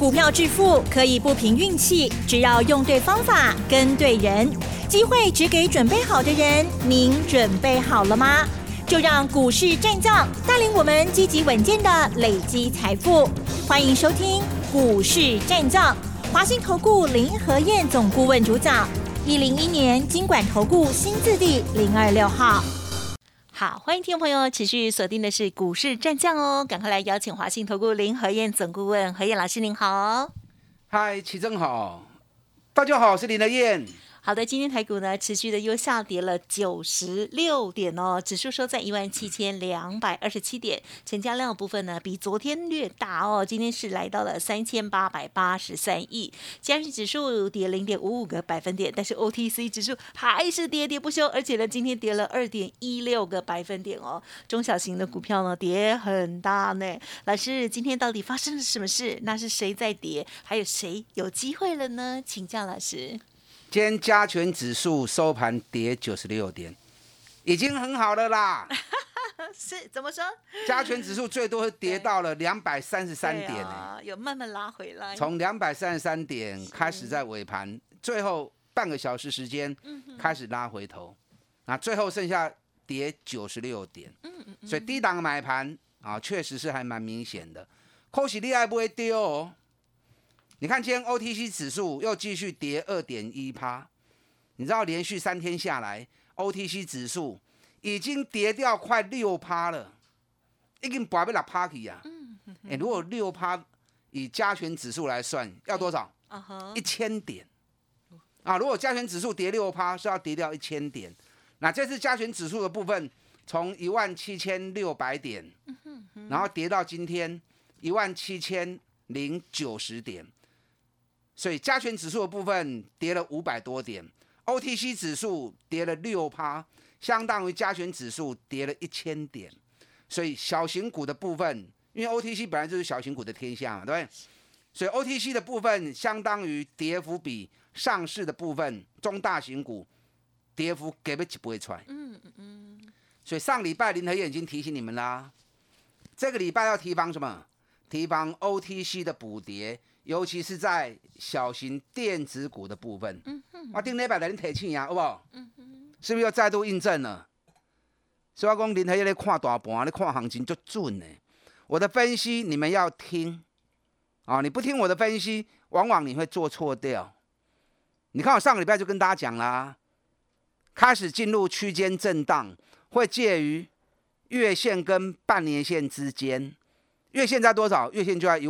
股票致富可以不凭运气，只要用对方法、跟对人，机会只给准备好的人。您准备好了吗？就让股市战将带领我们积极稳健的累积财富。欢迎收听股市战将，华信投顾林和彥总顾问主讲，101年金管投顾新字第026号。好，欢迎听众朋友持续锁定的是股市战将哦，赶快来邀请华信投顾林和彥总顾问，和彥老师您好。 嗨，齐正好，大家好，我是林和彥。 好的，今天台股呢持续的又下跌了96点哦，指数收在17227点，成交量的部分呢比昨天略大哦，今天是来到了3883亿，加权指数跌0.55个百分点，但是 OTC 指数还是跌不休，而且呢今天跌了2.16个百分点哦，中小型的股票呢跌很大呢。老师，今天到底发生了什么事？那是谁在跌？还有谁有机会了呢？请教老师。 今天加权指数收盘跌96点，已经很好了啦。 是怎么说？ 加权指数最多跌到了233点、 有慢慢拉回来。 从233点开始在尾盘，最后半个小时时间开始拉回头，那最后剩下跌96点。所以低档买盘啊，确实是还蛮明显的。可是你还不会丢哦。你看，今天 OTC 指数又继续跌2.1%，你知道连续3天下来 ，OTC 指数已经跌掉快6%了，已经跌到6%去啊！如果6%以加权指数来算，要多少？1000点啊！如果加权指数跌6%，是要跌掉1000点。那这次加权指数的部分，从17600点，然后跌到今天17090点。所以加权指数的部分跌了500多点 ，OTC 指数跌了6%，相当于加权指数跌了1000点。所以小型股的部分，因为 OTC 本来就是小型股的天下嘛，对不对？所以 OTC 的部分相当于跌幅比上市的部分中大型股跌幅给不不会出来。所以上礼拜林和彥已经提醒你们啦，这个礼拜要提防什么？提防 OTC 的补跌。尤其是在小型电子股的部分，我顶礼拜来你提醒呀，好不好？是不是又再度印证了？所以我讲林和彥在看大盘，在看行情就准呢。我的分析你们要听啊，你不听我的分析，往往你会做错掉。你看我上个礼拜就跟大家讲啦，开始进入区间震荡，会介于月线跟半年线之间。月线在多少？月线就在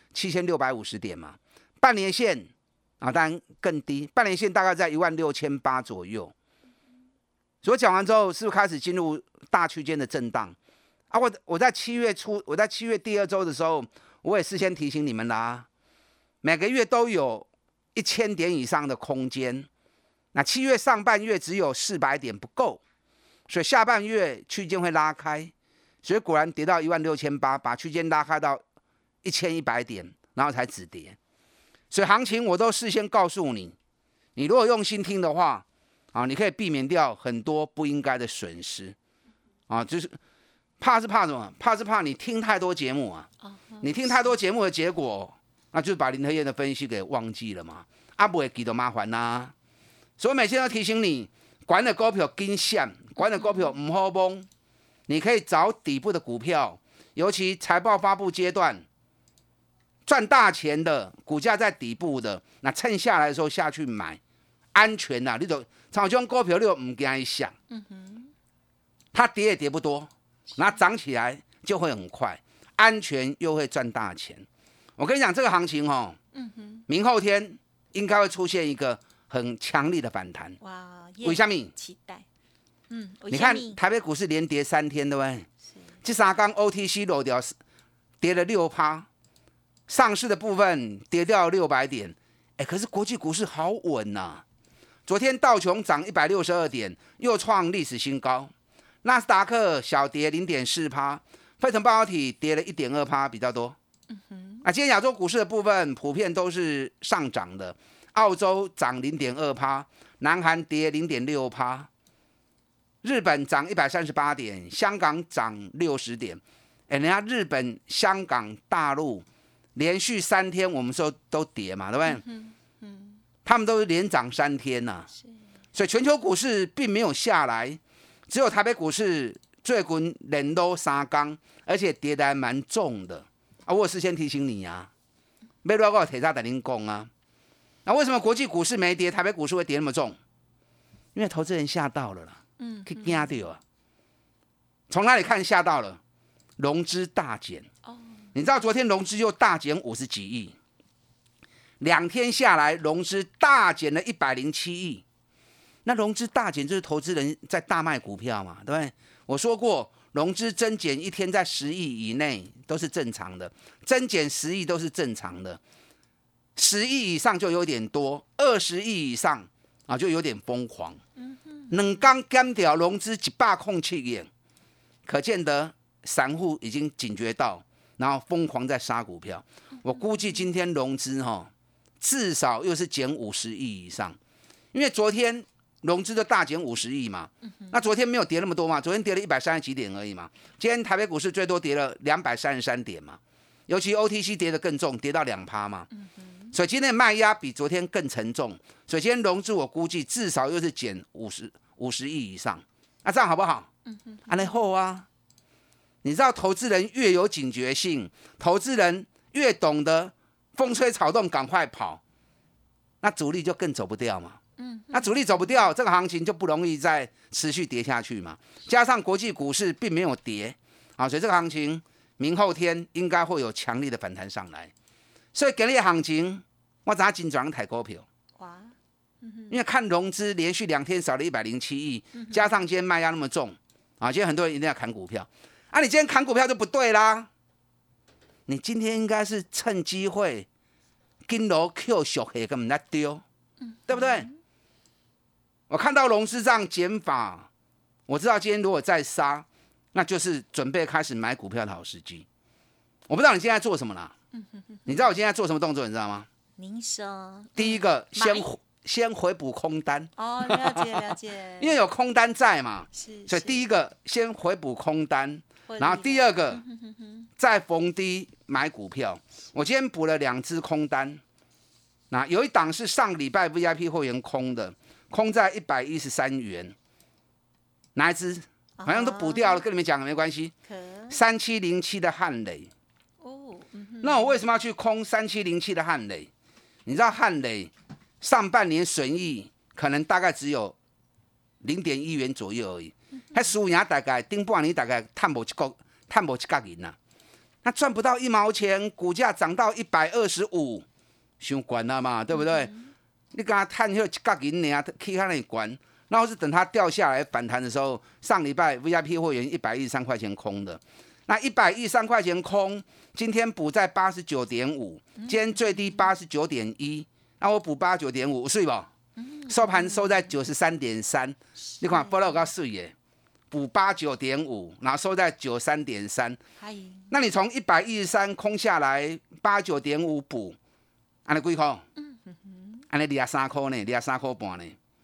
17650点嘛，半年线啊，当然更低，半年线大概在16800左右。所以讲完之后，是不是开始进入大区间的震荡啊？我在7月初，我在7月第2周的时候，我也事先提醒你们啦，每个月都有1000点以上的空间。那7月上半月只有400点不够，所以下半月区间会拉开，所以果然跌到16800，把区间拉开到1100点，然后才止跌。所以行情我都事先告诉你，你如果用心听的话，你可以避免掉很多不应该的损失。就是怕是怕什么？怕是怕你听太多节目啊！你听太多节目的结果，那就是把林和彥的分析给忘记了嘛。不会记得麻烦啦。所以每天都提醒你，管的股票跟线，管的股票不好摸。你可以找底部的股票，尤其财报发布阶段。赚大钱的股价在底部的，那趁下来的时候下去买，安全呐、你就像这种股票你就不惊想，它跌也跌不多，然后涨起来就会很快，安全又会赚大钱。我跟你讲，这个行情明后天应该会出现一个很强力的反弹。 哇， 为什么？ 期待。 你看台北股市连跌3天，对不对？这3天 OTC 落掉跌了6%。上市的部分跌掉600点，可是国际股市好稳呐、昨天道琼涨162点，又创历史新高。纳斯达克小跌0.4%，费城半导体跌了1.2%，比较多。今天亚洲股市的部分普遍都是上涨的，澳洲涨0.2%，南韩跌0.6%，日本涨138点，香港涨60点。人家日本、香港、大陆连续3天我们说都跌嘛，对不对？他们都是连涨3天呐、所以全球股市并没有下来，只有台北股市最近连都3天，而且跌得还蛮重的啊！我有事先提醒你啊，要不要我铁渣等您讲啊？那为什么国际股市没跌，台北股市会跌那么重？因为投资人吓到了啦，去惊到啊！从哪里看吓到了？融资大减。你知道昨天融资又大减50几亿，2天下来融资大减了107亿。那融资大减就是投资人在大卖股票嘛，对不对？我说过，融资增减一天在10亿以内都是正常的，增减10亿都是正常的，10亿以上就有点多，20亿以上啊就有点疯狂。2天减掉融资107亿，可见得散户已经警觉到，然后疯狂在杀股票。我估计今天融资至少又是减50亿以上，因为昨天融资就大减50亿嘛，那昨天没有跌那么多嘛，昨天跌了130几点而已嘛，今天台北股市最多跌了233点嘛，尤其 OTC 跌得更重，跌到2%嘛，所以今天的卖压比昨天更沉重，所以今天融资我估计至少又是减50亿以上，那这样好不好？这样好啊。你知道投资人越有警觉性，投资人越懂得风吹草动赶快跑，那主力就更走不掉嘛。那主力走不掉，这个行情就不容易再持续跌下去嘛。加上国际股市并没有跌啊，所以这个行情明后天应该会有强力的反弹上来。所以今日的行情，我怎真转抬股票？因为看融资连续2天少了107亿，加上今天卖压那么重啊，今天很多人一定要砍股票啊，你今天砍股票就不对啦。你今天应该是趁机会跟楼 Q 小黑跟我们来丢，对不对？我看到融资这样减法，我知道今天如果再杀，那就是准备开始买股票的好时机。我不知道你现在做什么啦？你知道我现在做什么动作？你知道吗？ 您说。 第一个，先回补空单。 哦，了解了解。 因为有空单在嘛， 所以第一个先回补空单，然后第二个再逢低买股票。我今天补了2只空单，那有一档是上礼拜 VIP 会员空的。空在113元，哪一支？好像都补掉了，跟你们讲没关系。3707的汉磊。那我为什么要去空3707的汉磊？你知道汉磊上半年损益可能大概只有0.1元左右而已，还输赢大概顶半年大概赚不一角银呐，那赚不到1毛钱，股价涨到125，太高了嘛，对不对？你跟他探那一角银尔，去那里管，然后是等它掉下来反弹的时候，上礼拜 VIP 会员113块钱空的，那113块钱空，今天补在89.5，今天最低89.1，那我补89.5，有水不？收盘收在93.3，你看报到有够水耶，补89.5，然后收在93.3，那你从113空下来89.5补，安尼几块？安尼23块呢，23块半呢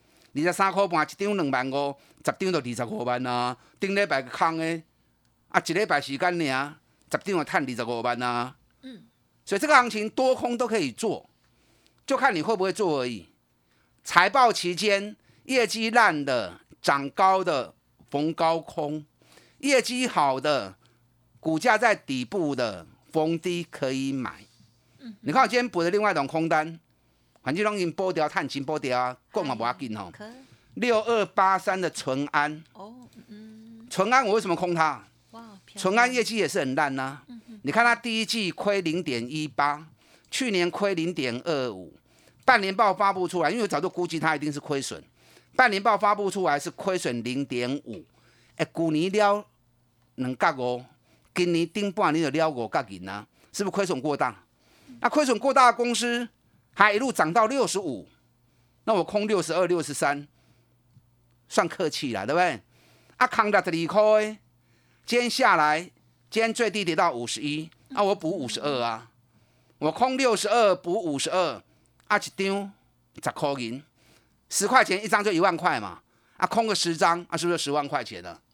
，23块半一张2万5，10张就25万啊。顶礼拜空的，啊一礼拜时间尔，10张就赚25万啊。所以这个行情多空都可以做，就看你会不会做而已。财报期间，业绩烂的、涨高的逢高空，业绩好的、股价在底部的逢低可以买。你看我今天补的另外一种空单。反正拢已经补掉，探钱补掉啊，讲嘛无要紧吼。6283的淳安，淳安我为什么空它？淳安业绩也是很烂呐、你看它第一季亏0.18，去年亏0.25，半年报发布出来，因为我早就估计它一定是亏损，半年报发布出来是亏损0.5，去年了2角5，今年顶半年就了5角银啊，是不是亏损过大？那亏损过大的公司。还一路涨到65，那我空62、63，算客气啦，对不对？啊，空62块，今天下来，今天最低跌到51，啊，我补52啊，我空62补52，啊，一张10块银，10块钱一张就1万块嘛，啊，空个10张，啊，是不是10万块钱了？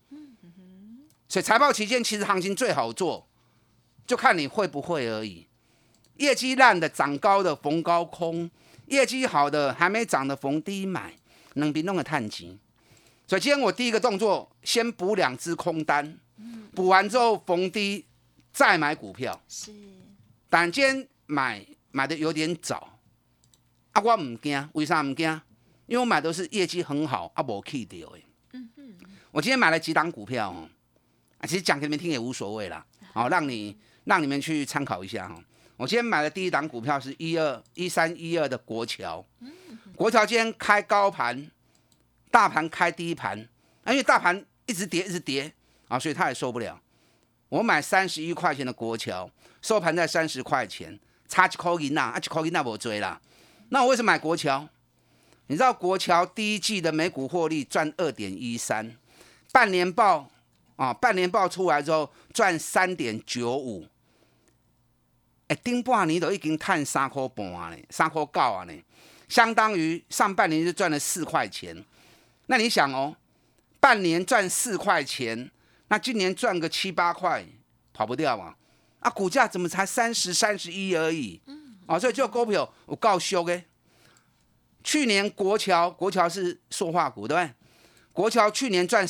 所以财报期间其实行情最好做，就看你会不会而已。 业绩烂的涨高的逢高空，业绩好的还没涨的逢低买，两边都会赚钱。所以今天我第一个动作，先补2只空单，补完之后逢低再买股票。 是， 但今天买的有点早，啊，我唔惊，为啥唔惊？因为我买的是业绩很好，啊，无去掉的。我今天买了几档股票哦，其实讲给你们听也无所谓啦，哦，让你们去参考一下哈。我今天买的第一档股票是1312的国桥，国桥今天开高盘，大盘开低盘，因为大盘一直跌啊，所以它也受不了。我买31块钱的国桥，收盘在30块钱，差1块银啦，1块银那我追啦。那我为什么买国桥？你知道国桥第一季的每股获利赚 2.13， 半年报出来之后赚 3.95， 顶半年都已经赚3块半了，3块9了，相当于上半年就赚了4块钱。那你想哦，半年赚4块钱，那今年赚个7、8块，跑不掉嘛？啊，股价怎么才30、31而已？所以这股票有够俗的。去年国桥是塑化股，对不对？国桥去年赚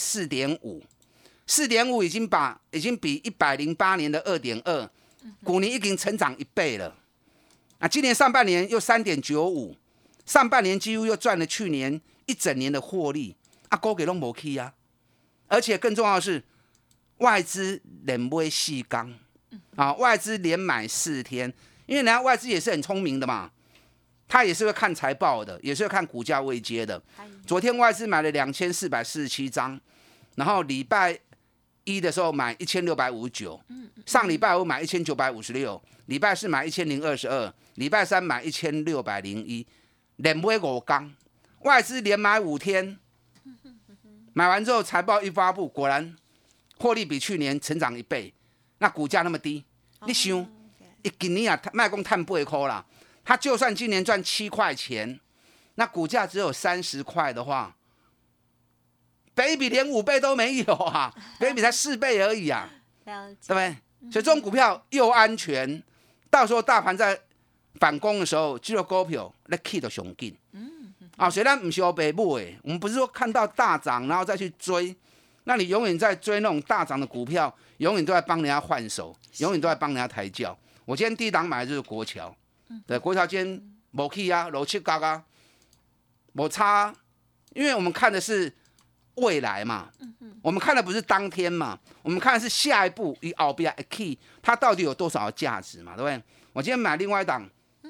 4.5 已经比108年的 2.2， 股年已经成长1倍了。今年上半年又 3.95， 上半年几乎又赚了去年一整年的获利，股价都没去啊。而且更重要的是，外资连买4天，外资连买4天，因为人家外资也是很聪明的嘛。他也是会看财报的，也是会看股价位阶的。昨天外资买了2447张，然后礼拜一的时候买1659，上礼拜五买1956，礼拜四买1022，礼拜三买1601，连买5天，外资连买5天，买完之后财报一发布，果然获利比去年成长1倍，那股价那么低，你想，今年啊卖讲赚8块啦。他就算今年赚7块钱，那股价只有30块的话，北比连5倍都没有啊，北比才4倍而已啊，对不对？所以这种股票又安全，到时候大盘在反攻的时候，这个股票你起就上紧。所以咱不是要白买，我们不是说看到大涨然后再去追，那你永远在追那种大涨的股票，永远都在帮人家换手，永远都在帮人家抬轿。我今天第一档买的就是国桥。对，国桥今天没去啊，落7角啊，没差啊，因为我们看的是未来嘛，我们看的不是当天嘛，我们看的是下一步以后边会去，它到底有多少的价值嘛，对不对？我今天买另外一档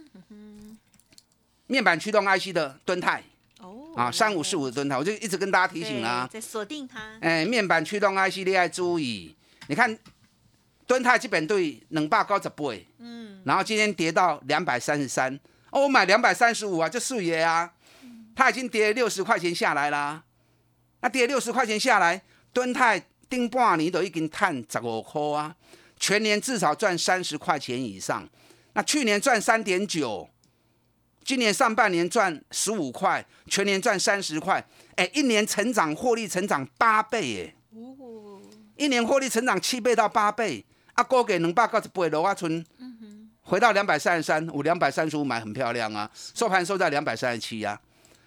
面板驱动 IC 的敦泰，3545的敦泰，我就一直跟大家提醒啦， 在锁定它。 面板驱动 IC 你要注意，你看敦泰这边对298，然后今天跌到233，我买235啊，这水的啊，它已经跌60块钱下来啦。那跌60块钱下来，敦泰顶半年都已经赚15块啊，全年至少赚30块钱以上。那去年赚 3.9， 今年上半年赚15块，全年赚30块，一年成长获利成长8倍耶，一年获利成长7倍到8倍。股价298落啊，剩回到233，我235买很漂亮啊，收盘收在237啊。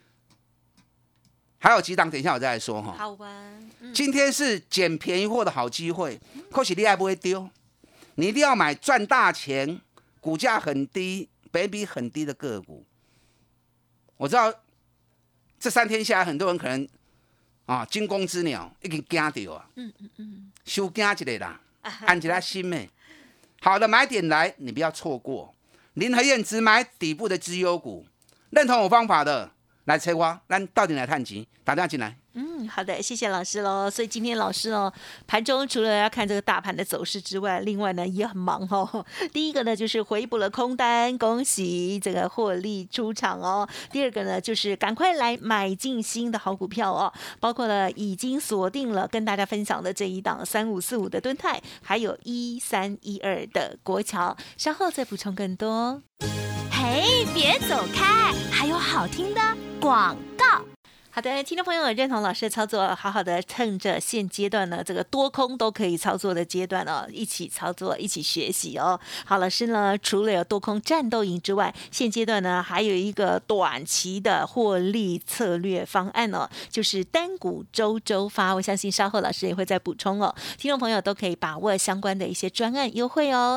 还有几档，等一下我再来说哈。 好吧， 今天是捡便宜货的好机会，可是你还不会丢，你一定要买赚大钱，股价很低、本益比很低的个股。我知道这3天下来，很多人可能惊弓之鸟已经惊到啊，收惊一个啦。安吉拉心美，好的买点来，你不要错过。林和燕只买底部的绩优股，认同我方法的来找我，咱到底来探钱，打电话进来。 好的，谢谢老师喽。所以今天老师哦，盘中除了要看这个大盘的走势之外，另外呢也很忙哦。第一个呢就是回补了空单，恭喜这个获利出场哦。第二个呢就是赶快来买进新的好股票哦，包括了已经锁定了跟大家分享的这一档3545的敦泰，还有1312的国桥，稍后再补充更多。 嘿，别走开，还有好听的广告。 好的，听众朋友认同老师的操作，好好的趁着现阶段呢，这个多空都可以操作的阶段哦，一起操作，一起学习哦。好，老师呢，除了有多空战斗营之外，现阶段呢还有一个短期的获利策略方案哦，就是单股周发。我相信稍后老师也会再补充哦，听众朋友都可以把握相关的一些专案优惠哦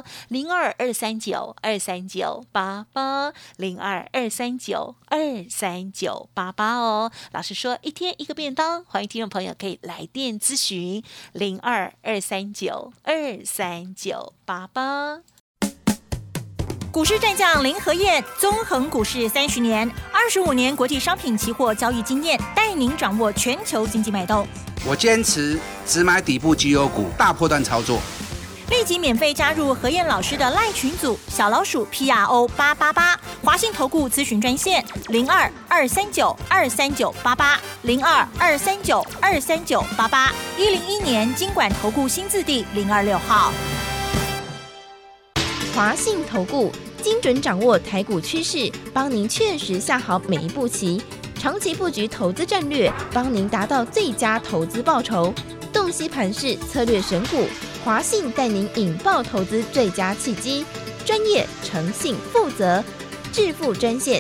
，02-239-23988，02-239-23988哦。老师说一天一个便当，欢迎听众朋友可以来电咨询02-239-23988。 股市战将林和燕，纵横股市30年，25年国际商品期货交易经验，带您掌握全球经济脉动。 我坚持只买底部绩优股，大波段操作。 立即免费加入何燕老师的LINE群组，小老鼠 PRO888，华信投顾咨询专线02-239-23988，02-239-23988，101年金管投顾新字第026号。 华信投顾精准掌握台股趋势，帮您确实下好每一步棋，长期布局投资战略，帮您达到最佳投资报酬。洞悉盘势，策略选股，华信带您引爆投资最佳契机，专业、诚信、负责，致富专线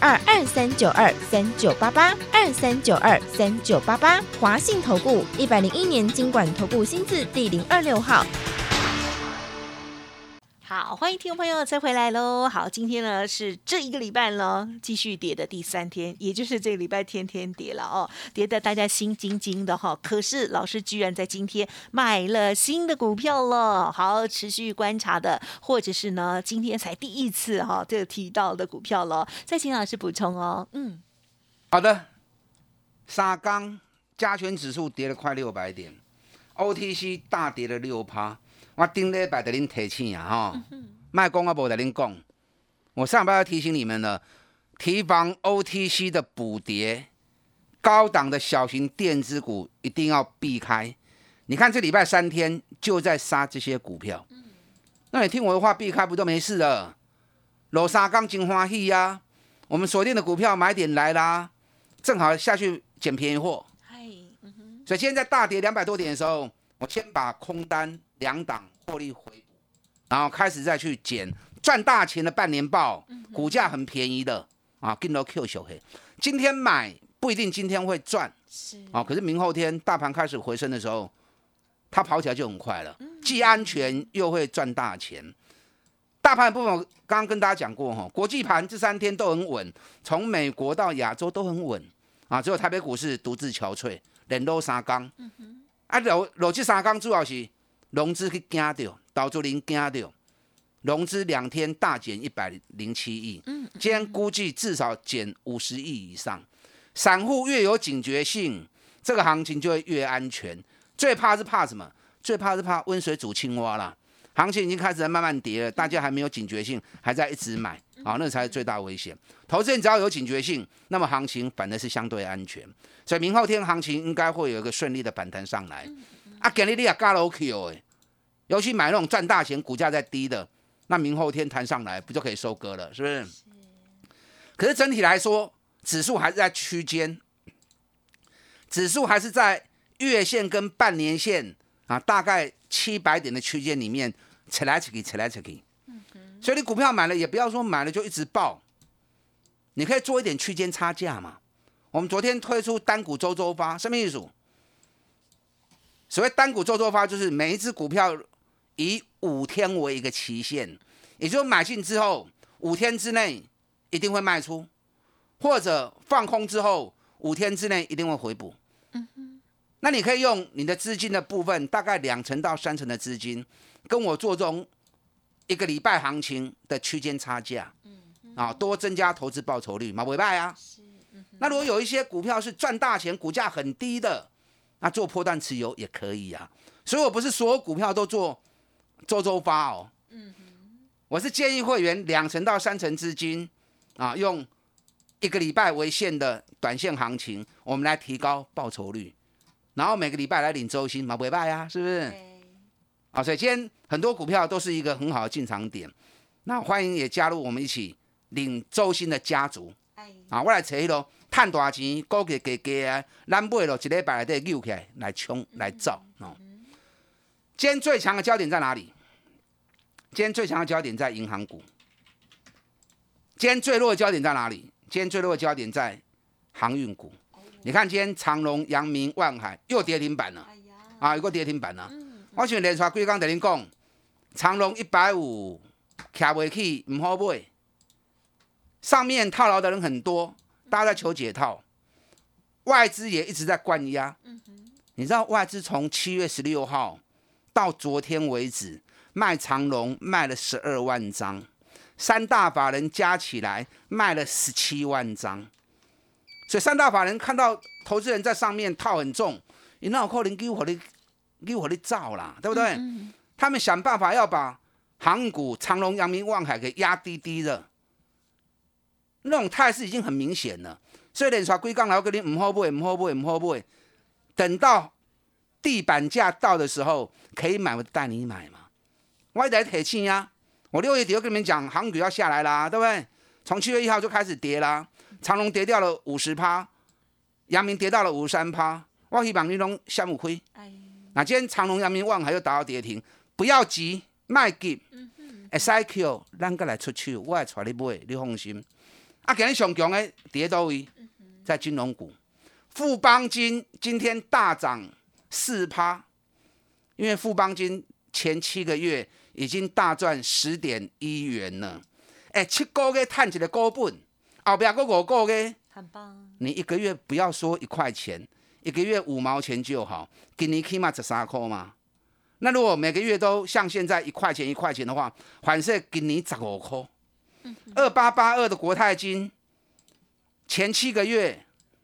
02-2392-3988，2392-3988，华信投顾101年金管投顾新字第026号。 好，欢迎听众朋友再回来喽。好，今天呢是这一个礼拜呢继续跌的第3天，也就是这个礼拜天天跌了哦，跌的大家心惊惊的哈。可是老师居然在今天买了新的股票了，好，持续观察的，或者是呢今天才第一次哈这个提到的股票了，再请老师补充哦。 好的，沙钢加权指数跌了快600点 ，OTC 大跌了6%。我顶礼拜跟您提醒啊，卖讲我无跟您讲。我上礼拜要提醒你们了，提防 OTC 的补跌，高档的小型电子股一定要避开。你看这礼拜3天就在杀这些股票，那你听我的话，避开不就没事了？落沙钢真欢喜呀，我们锁定的股票买点来啦，正好下去捡便宜货。所以今天在大跌200多点的时候，我先把空单2档获利回补，然后开始再去捡赚大钱的半年报，股价很便宜的啊，跟到 Q 小黑。今天买不一定今天会赚，可是明后天大盘开始回升的时候，它跑起来就很快了，既安全又会赚大钱。大盘的部分我刚刚跟大家讲过，国际盘这3天都很稳，从美国到亚洲都很稳啊，只有台北股市独自憔悴，连落三天。落这3天主要是融资去惊到，投资人惊到，融资2天大减107亿，今天估计至少减50亿以上。散户越有警觉性，这个行情就会越安全。最怕是怕什么？最怕是怕温水煮青蛙啦。行情已经开始在慢慢跌了，大家还没有警觉性，还在一直买，那才是最大危险。投资人只要有警觉性，那么行情反而是相对安全。所以明后天行情应该会有一个顺利的反弹上来。今日你也加了 OK 哦，尤其买那种赚大钱、股价在低的，那明后天弹上来不就可以收割了？是不是？可是整体来说，指数还是在区间，指数还是在月线跟半年线大概700点的区间里面，扯来扯去。所以你股票买了也不要说买了就一直爆，你可以做一点区间差价嘛。我们昨天推出单股周发，什么意思？所谓单股周发，就是每一只股票以5天为一个期限，也就是买进之后5天之内一定会卖出，或者放空之后5天之内一定会回补。那你可以用你的资金的部分，大概2成到3成的资金，跟我做这种1个礼拜行情的区间差价，多增加投资报酬率嘛，不错啊。那如果有一些股票是赚大钱，股价很低的，那做波段持有也可以啊。所以我不是所有股票都做周发哦。我是建议会员2成到3成资金用1个礼拜为限的短线行情，我们来提高报酬率。然后每个礼拜来领周薪嘛，不错啊，是不是？所以今天很多股票都是一个很好的进场点。那欢迎也加入我们一起领周薪的家族。 啊，我来找迄落赚大钱，股价低低啊，咱买咯，一礼拜内底扭起来冲来走哦。今天最强的焦点在哪里？今天最强的焦点在银行股。今天最弱的焦点在哪里？今天最弱的焦点在航运股。你看今天长荣、阳明、万海又跌停板了，啊，有个跌停板了。我想连续几天跟您讲，长荣150卡不起，不好买。上面套牢的人很多，大家在求解套，外资也一直在灌压。你知道外资从7月16号到昨天为止，卖长荣卖了12万张，三大法人加起来卖了17万张。所以三大法人看到投资人在上面套很重，你哪有可能给我的造啦，对不对？他们想办法要把航运股长荣、阳明、万海给压低低的，那种态势已经很明显了。所以连续几天来跟你不好买，等到地板价到的时候可以买，我带你买嘛。我一直在提醒啊，我6月底就跟你们讲，航运股要下来啦，对不对？从7月1号就开始跌啦。长荣跌掉了50%，阳明跌到了53%，我希望你拢闪有亏。那今天长荣、阳明、万海又达到跌停，不要急，卖急。SIQ 咱再来出手，我会带你买，你放心。啊，今天上强的跌到位，在金融股，富邦金今天大涨4%，因为富邦金前7个月已经大赚10.1元了。7个月赚一个股本。后边还5个月， 很棒。你一个月不要说1块钱，一个月5毛钱就好。今年起码13块嘛。那如果每个月都像现在1块钱的话，反正今年15块。2882的国泰金，前7个月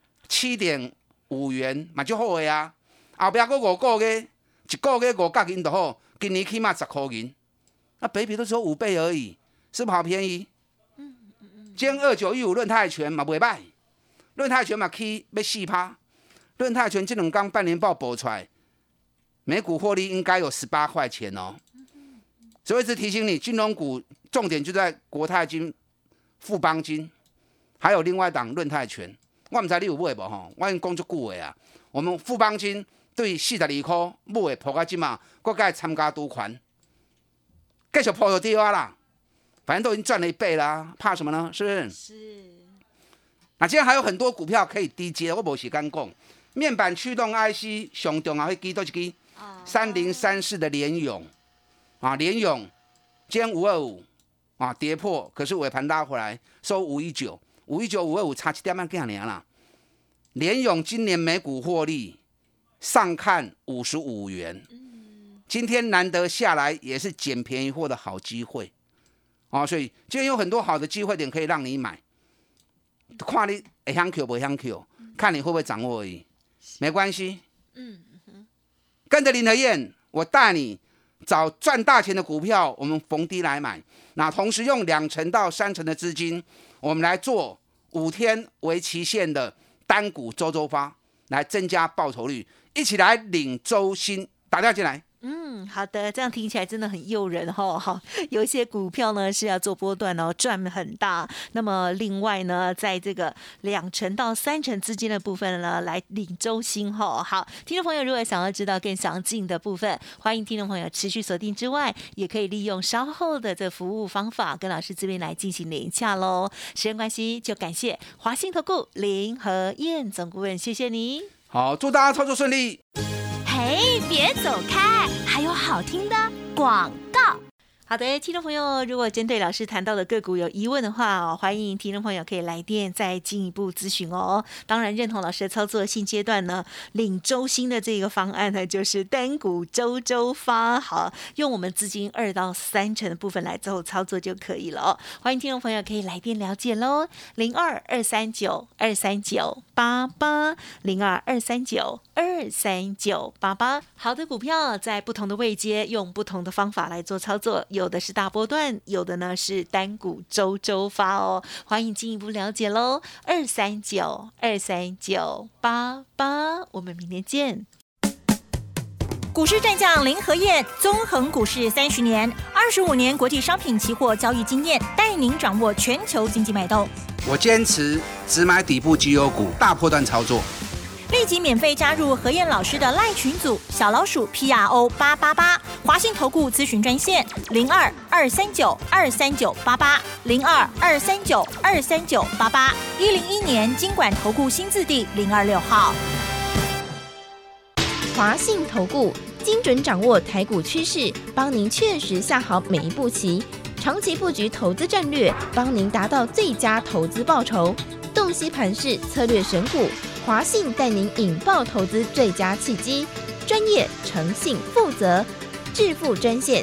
7.5元嘛就好的啊。后边还5个月，一个月5角银就好，今年起码10块银。那北比都只有5倍而已，是不是好便宜？今天2915润泰全嘛袂歹，润泰全嘛起要4%，润泰全这2天半年报报出来，每股获利应该有18块钱哦。所以一直提醒你，金融股重点就在国泰金、富邦金，还有另外一档润泰全。我不知道你有买无吼？我已经讲足久的啊。我们富邦金对42块买的破到这嘛，我该参加赌款，继续破到底啊啦。反正都已经赚了1倍啦，怕什么呢？是不是？ 是。 那今天还有很多股票可以低接，我没时间讲。面板驱动 IC 上重要的支都一支3034的联咏啊，联咏今天525啊跌破，可是尾盘拉回来收519， 525差1点仔尔啦。联咏今年每股获利上看55元，今天难得下来也是捡便宜货的好机会。所以今天有很多好的机会点可以让你买，看你会想 Q 不想 Q， 看你会不会掌握而已，没关系。跟着林和燕，我带你找赚大钱的股票，我们逢低来买。那同时用2成到3成的资金，我们来做5天为期限的单股周发，来增加报酬率，一起来领周薪，打电话进来。 好的，这样听起来真的很诱人哈。有一些股票呢是要做波段哦，赚很大。那么另外呢，在这个2成到3成之间的部分呢，来领周薪哈。好，听众朋友如果想要知道更详尽的部分，欢迎听众朋友持续锁定之外，也可以利用稍后的这服务方法跟老师这边来进行联洽喽。时间关系，就感谢华信投顾林和燕总顾问，谢谢你。 好，祝大家操作顺利。 嘿，别走开，还有好听的广告。 好的，听众朋友，如果针对老师谈到的个股有疑问的话欢迎听众朋友可以来电再进一步咨询哦。当然认同老师的操作，现阶段呢领周薪的这个方案呢，就是单股周发，好，用我们资金2到3成的部分来做操作就可以了哦。欢迎听众朋友可以来电了解喽，02-239-23988 02-239-23988。好的股票在不同的位阶，用不同的方法来做操作。有的是大波段，有的呢是单股周发哦，欢迎进一步了解喽，239-23988，我们明天见。 股市战将林和燕，纵横股市30年，25年国际商品期货交易经验，带您掌握全球经济脉动。 我坚持只买底部绩优股，大波段操作。 立即免费加入和燕老师的赖群组，小老鼠 PRO888，华信投顾咨询专线02-239-23988，02-239-23988，101年金管投顾新字第026号。 华信投顾精准掌握台股趋势，帮您确实下好每一步棋，长期布局投资战略，帮您达到最佳投资报酬。洞悉盘势，策略选股，华信带您引爆投资最佳契机，专业、诚信、负责。致富专线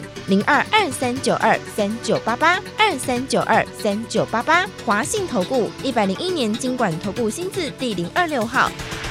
02-2392-3988，2392-3988，华信投顾101年金管投顾新字第026号。